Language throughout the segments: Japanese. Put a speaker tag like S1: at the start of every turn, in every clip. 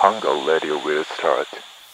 S1: Hunger Radio will start.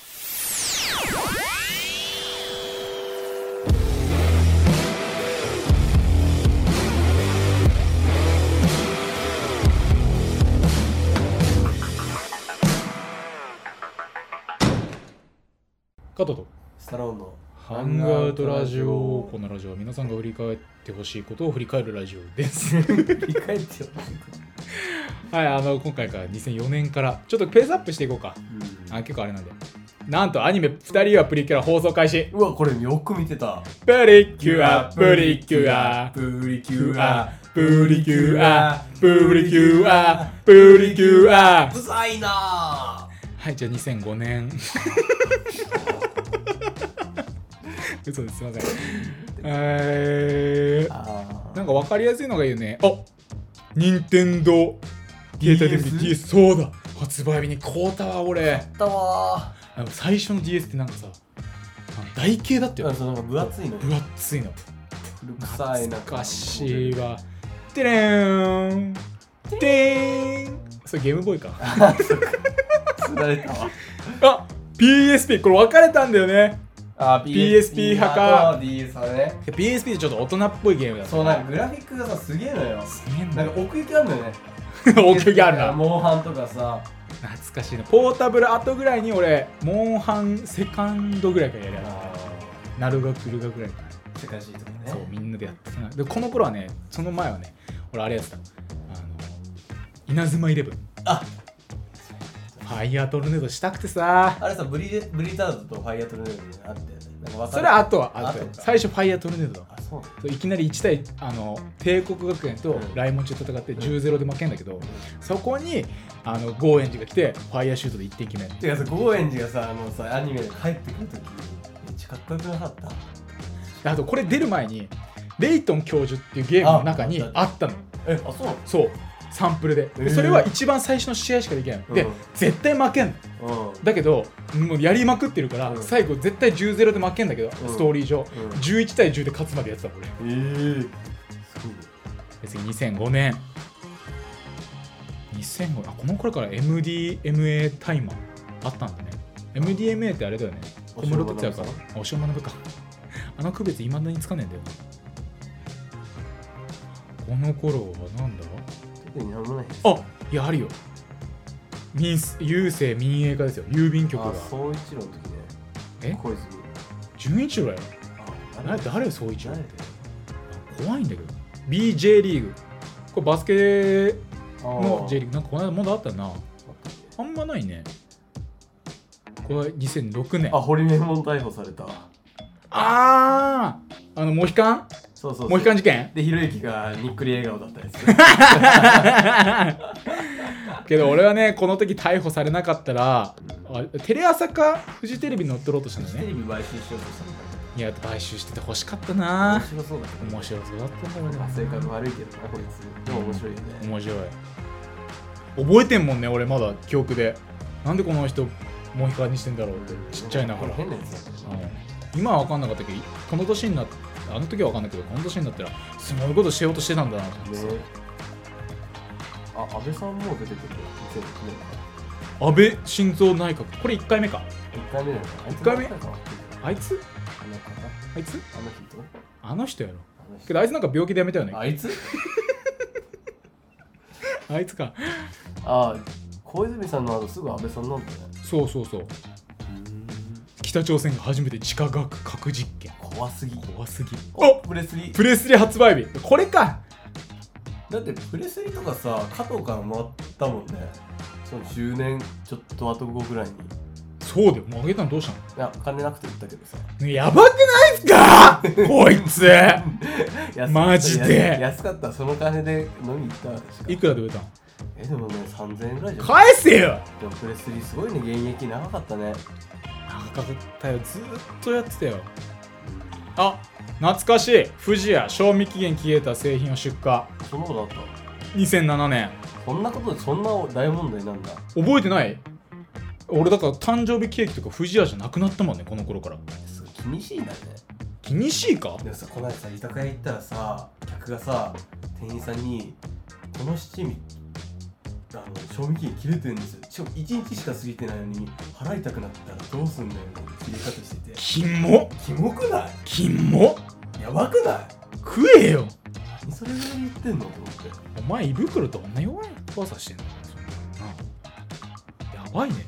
S2: カトと
S3: スタローンの
S2: ハングアウトラジオ。このラジオは皆さんが振り返ってほしいことを振り返るラジオです
S3: 振り返ってよ
S2: はい、今回から2004年からちょっとペースアップしていこうか、結構あれなんで、なんとアニメ2人はプリキュア放送開始。
S3: うわ、これよく見てた。
S2: プリキュアプリキュア
S3: プリキュア
S2: プリキュアプリキュアプリキュア。
S3: うざいな。
S2: はい、じゃあ2005年嘘です、すいません。なんか分かりやすいのがいいよね。あ、任天堂携帯テレビ DS。 そうだ、発売日に買うたわ俺。
S3: やったわ。
S2: 最初の DS ってなんかさ、台形だったよ。
S3: なんか分厚いの。
S2: 分厚いの。
S3: 古臭い。
S2: 懐かしいわ。てれーんてーん。それゲームボーイか。
S3: つられたわ。
S2: あ、PSP。 これ分かれたんだよね。PSP 派か
S3: DS 派ね。
S2: PSP ってちょっと大人っぽいゲームだった。
S3: そう、なんかグラフィックがさ、すげえのよ。
S2: すげえんだよ。
S3: なんか奥行きあるのよね。
S2: 奥行きあるな。
S3: モンハンとかさ、
S2: 懐かしいな。ポータブル後ぐらいに俺モンハンセカンドぐらいからやり始めた。ナルガクルガぐらいから。
S3: 世界史とかね。
S2: そう、みんなでやってたな。でこの頃はね、その前はね、俺あれやってた。稲妻イレブン。
S3: あ、
S2: ファイヤートルネードしたくてさ。
S3: あれさ、ブリタードとファイヤートルネードにあったよね。なんか
S2: それは後は
S3: 後
S2: 最初ファイヤートルネードだ。
S3: あ、そう
S2: そう、いきなり1対帝国学園とライモンチで戦って 10-0 で負けんだけど、そこにゴーエンジが来てファイヤーシュートで1点決める。
S3: てかさ、ゴーエンジがさ、アニメで帰ってくるときめっちゃかっこよくなかった。
S2: あとこれ出る前にレイトン教授っていうゲームの中にあったの。
S3: あ、そうなの。
S2: そうサンプルで、それは一番最初の試合しかできないの、で絶対負けんの、だけどもうやりまくってるから、最後絶対 10-0 で負けんだけど、ストーリー上、11対10で勝つまでやってたこれ。
S3: すごい。
S2: で次2005年この頃から MDMA タイマーあったんだね。 MDMA ってあれだよね、小室哲哉かおしおまなぶか区別いまだにつかねえんだよな。この頃はなんだ。あ、いやあるよ。郵政民営化ですよ。郵便局が。
S3: 総一郎の時ね。小泉
S2: 純一郎やろ。誰よ総一郎って。怖いんだけど。BJ リーグ。これバスケの J リーグ。なんかこの間まだあったな。あんまないね。これ2006年。
S3: 堀メモン逮捕された。
S2: モヒカン。モヒカン事件
S3: で、ひろゆきがにっくり笑顔だったやつ
S2: けど俺はね、この時逮捕されなかったら、テレ朝かフジテレビに乗っ取ろうとしたんだね。
S3: フジテレビ買収しようとしたのか。
S2: いや、買収してて欲しかったな。
S3: 面白そうだった。
S2: 面白そうだったんだろうね。
S3: 性格悪いけどな、こいつ。でも面白いよね。
S2: 面白い。覚えてんもんね、俺まだ記憶で。なんでこの人モヒカンにしてんだろうって、ちっちゃいながら。
S3: 変なやつだったね。
S2: 今は分かんなかったけど、この年になって、あの時は分かんないけど、この年になったらすごいことしようとしてたんだなと思って。
S3: 安倍さんも出てくるよ、2006
S2: 年。安倍晋三内閣、これ1回目か。
S3: 1回目だよ。
S2: 1回目あいつあの人やろ。けどあいつなんか病気でやめたよね。
S3: あいつ
S2: あいつか。
S3: 小泉さんの後すぐ安倍さんなんだね。
S2: そう。北朝鮮が初めて地下核実験。
S3: 怖すぎ。
S2: プレスリー発売日。これか。
S3: だってプレスリーとかさ、加藤からもらったもんね。その10年ちょっと後後ぐらいに。
S2: そうだよ。もうあげたのどうしたの。
S3: いや、金なくて言ったけどさ。
S2: やばくないっすかこいつマジで
S3: 安かった。その金で飲みに行ったら
S2: いくらで売れたの。
S3: でもね、3000円ぐらいじゃん。
S2: 返せよ。
S3: でもプレスリーすごいね。現役長かったね。
S2: 長かったよ。ずーっとやってたよ。懐かしい。富士屋賞味期限切れた製品を出荷。
S3: そんなことあった
S2: 2007年。
S3: そんなことでそんな大問題なんだ。
S2: 覚えてない。俺だから誕生日ケーキとか富士屋じゃなくなったもんね、この頃から。
S3: すごい気にしいんだね。
S2: 気にしいか。
S3: でもさ、この間さ、居酒屋行ったらさ、客がさ、店員さんにこの七味賞味期限切れてるんですよ。しかも1日しか過ぎてないのに払いたくなったらどうすんだよって切り方してて、
S2: キモ
S3: キモくない？
S2: キモ
S3: やばくない？
S2: 食えよ。
S3: 何それぐらい言ってんのと思って。
S2: お前胃袋と女弱い怖さしてんのそんなのやばいね。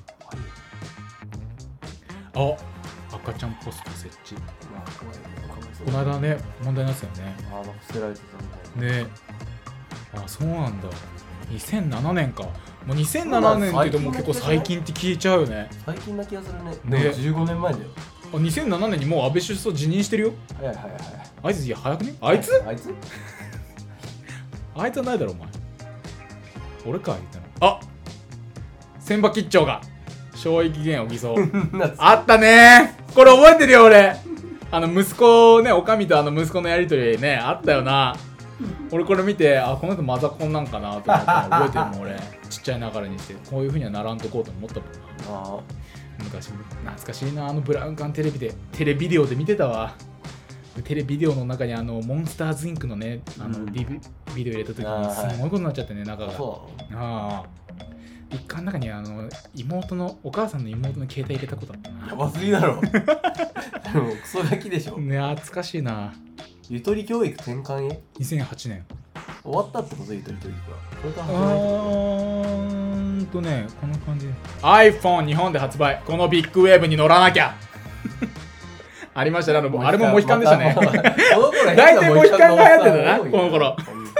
S2: あ、赤ちゃんポスト設置。
S3: まあ怖いね。
S2: この間ね問題になってたよね。
S3: あ、なんか捨てられてたみたいな。
S2: ね。あ、そうなんだ。2007年か。もう2007年って言うともう結構最近って聞いちゃうよね。
S3: 最近な気がするね。
S2: ね
S3: でも15年前だよ。
S2: あ、2007年にもう安倍首相辞任してるよ。
S3: 早い早い早い。
S2: あいついや早くね。あいつ
S3: あいつ
S2: あいつはないだろお前。俺か言ったの。あ、千葉吉兆が懲役刑を偽装あったねー。これ覚えてるよ俺。息子ね、おかみと息子のやりとりねあったよな。俺これ見て、あ、この人マザコンなんかなと思って覚えてるもん俺。ちっちゃいながらにしてこういう風にはならんとこうと思ったもんな。昔懐かしいな、ブラウン管テレビデオで見てたわ。テレビデオの中にモンスターズインクのねビデオ入れた時にすごいことになっちゃってね、中が。
S3: そう
S2: ああ、一回の中にお母さんの妹の携帯入れたことあったな。
S3: やばすぎだろ。でもクソガキでしょ。
S2: ね、懐かしいな。
S3: ゆとり教育転換へ
S2: 2008年
S3: 終わったってこと？ゆとり教育はこれから始まる
S2: ね、この感じで iPhone 日本で発売。このビッグウェーブに乗らなきゃありましたね。あれもモヒカンでしたね。大体モヒカンが流行ってたな、この頃。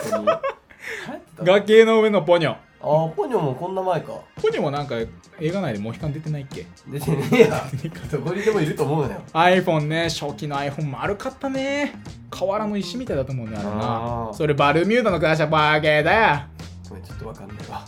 S2: 崖の上のポニョ。
S3: あ、ポニョもこんな前か。
S2: ポニョもなんか映画内でモヒカン出てないっけ？
S3: 出てねえや。どこにでもいると思うなよ。
S2: iPhone ね、初期の iPhone 丸かったね。瓦の石みたいだと思うね、あれな。それバルミューダの会社バーゲーだよ。
S3: ごめん、ちょっとわかんないわ。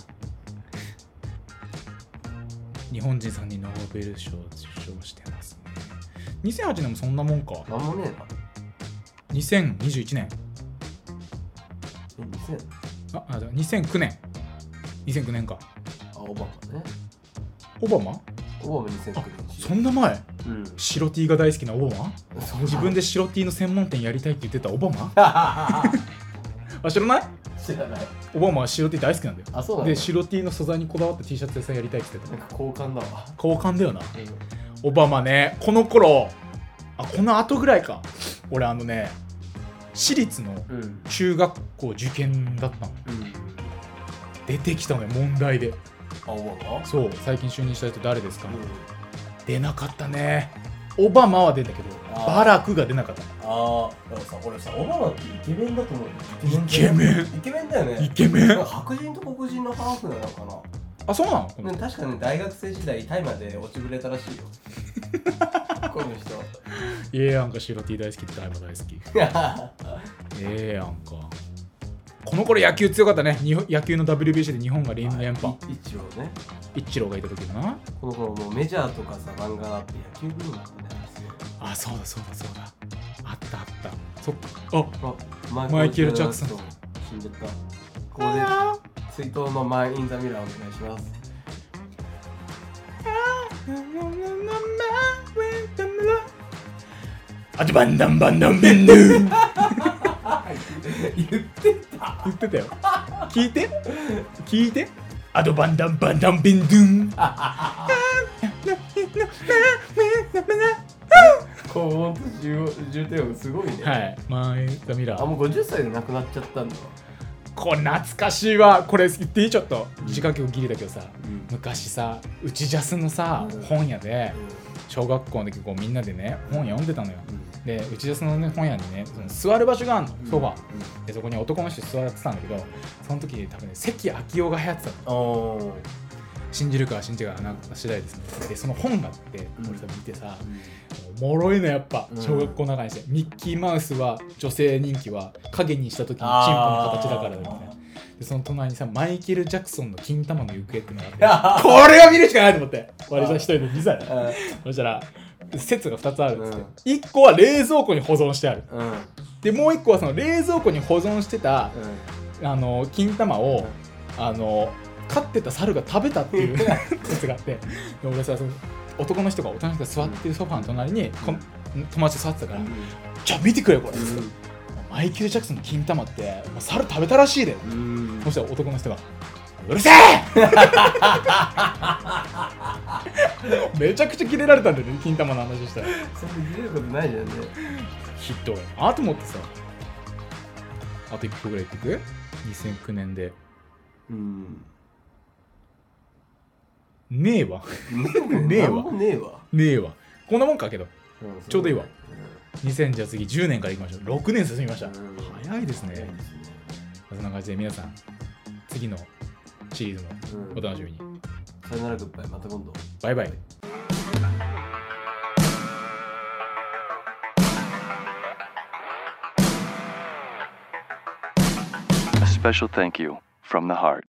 S2: 日本人さんにノーベル賞を受賞してますね。2008年もそんなもんか。
S3: なんもねえな。
S2: 2021年。2009年。2009年か。
S3: あ、オバマね。
S2: オバマ
S3: 2009年。
S2: そんな前、
S3: うん、
S2: 白 T が大好きなオバマ。自分で白 T の専門店やりたいって言ってたオバマあ、知らない？
S3: 知らない。
S2: オバマは白 T 大好きなんだよ。
S3: あ、そうなんだ。
S2: で、白 T の素材にこだわった T シャツ屋さんやりたいって言ってた。
S3: なんか交換だわ。
S2: 交換だよな、オバマね。この頃、この後ぐらいか。俺私立の中学校受験だったの、出てきたのよ問題で。
S3: あ、オバマ？
S2: そう、最近就任した人誰ですか、出なかったね。オバマは出たけどバラクが出なかった。
S3: でもさ、俺さ、オバマってイケメンだと思うよ。
S2: イケメン
S3: だよね。
S2: イケメン。
S3: 白人と黒人のハーフなのかな。
S2: あ、そうなの？
S3: ね、確かに大学生時代タイまで落ちぶれたらしいよ。この人。
S2: やんか、白 T 大好きってタイも大好き。やんか。この頃野球強かったね。野球の WBC で日本が連覇。
S3: 一郎ね。
S2: 一郎がいた時だな。
S3: この頃もうメジャーとかさ、漫画があって野球ブームだったんだよ。
S2: あ、そうだ。あった。そっか。
S3: マイケル・
S2: ジャクソン
S3: 死んじゃった。ここで追悼のマン・イン・ザ・ミラーお願いします。
S2: あとバンダンベンドゥ
S3: 言って
S2: たよ。聞いてあとバンダンベンドゥ
S3: 高音と重低音すごいね。
S2: はい、マイザミラー。
S3: もう50歳で亡くなっちゃったんだ。
S2: これ懐かしいわ。これ言っていい？ちょっと時間結構ギリだけどさ、昔さ、うちジャスのさ、本屋で小学校の時みんなでね本読んでたのよ。で、うちジャスの、ね、本屋にね、その座る場所があるの、ソファで、そこに男の人座ってたんだけど、その時多分ね、関明夫が流行ってたの。信じるか信じるか次第ですね。で、その本があって俺さ見てさ、おもろいのやっぱ小学校の中にして、ミッキーマウスは女性人気は影にした時にチンポの形だからだみたいな。で、その隣にさ、マイケル・ジャクソンの金玉の行方っていうのがあって、これは見るしかないと思って、割りさん一人で見たら、そしたら説が2つあるんですけど、1個は冷蔵庫に保存してある、でもう1個はその冷蔵庫に保存してた、金玉を飼ってた猿が食べたっていう説があって、で俺さ、その男の人が座ってるソファーの隣に友達と座ってたから、じゃあ見てくれこれ、マイケル・ジャクソンの金玉って猿食べたらしいで、そしたら男の人がうるせえめちゃくちゃキレられたんだよね、金玉の話したら。
S3: それで出ることないじゃんね。
S2: ヒットあと思ってさ、あと1個ぐらい言ってく ?2009 年でねえわねえわ
S3: なんもねえわ。
S2: ねえわ、こんなもんかけど、
S3: うん
S2: ちょうどいいわ。
S3: う
S2: 2000じゃあ次10年からいきましょう。6年進みました。
S3: ん
S2: 早いですね。
S3: 早いですね。
S2: そんな感じで皆さん、次のシリーズもお楽しみに。
S3: さよならグッバイ、また今度。
S2: バイバイ。
S1: A special thank you from the heart.